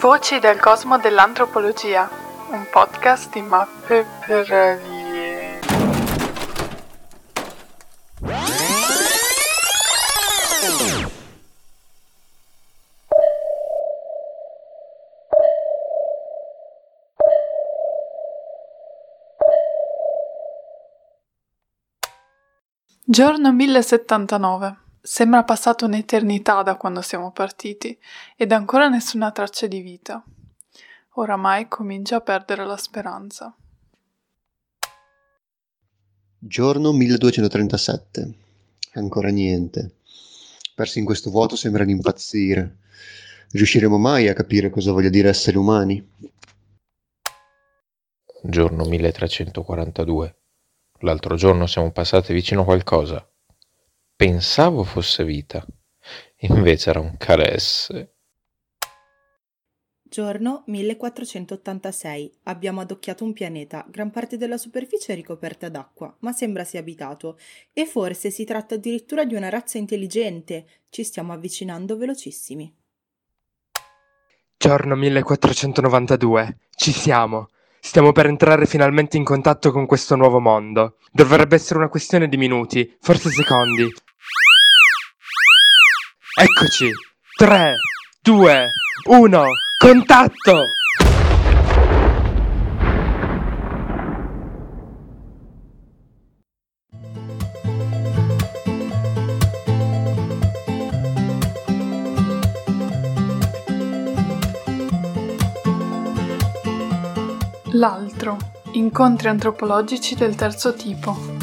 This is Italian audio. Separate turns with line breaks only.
Voci del cosmo dell'antropologia, un podcast di mappe per alieni. Giorno 1079. Sembra passata un'eternità da quando siamo partiti ed ancora nessuna traccia di vita. Oramai comincia a perdere la speranza.
Giorno 1237. Ancora niente. Persi in questo vuoto sembra di impazzire. Riusciremo mai a capire cosa voglia dire essere umani?
Giorno 1342. L'altro giorno siamo passati vicino a qualcosa. Pensavo fosse vita. Invece era un caresse.
Giorno 1486. Abbiamo adocchiato un pianeta. Gran parte della superficie è ricoperta d'acqua, ma sembra sia abitato. E forse si tratta addirittura di una razza intelligente. Ci stiamo avvicinando velocissimi.
Giorno 1492. Ci siamo. Stiamo per entrare finalmente in contatto con questo nuovo mondo. Dovrebbe essere una questione di minuti, forse secondi. Eccoci! 3, 2, 1, contatto!
L'altro. Incontri antropologici del terzo tipo.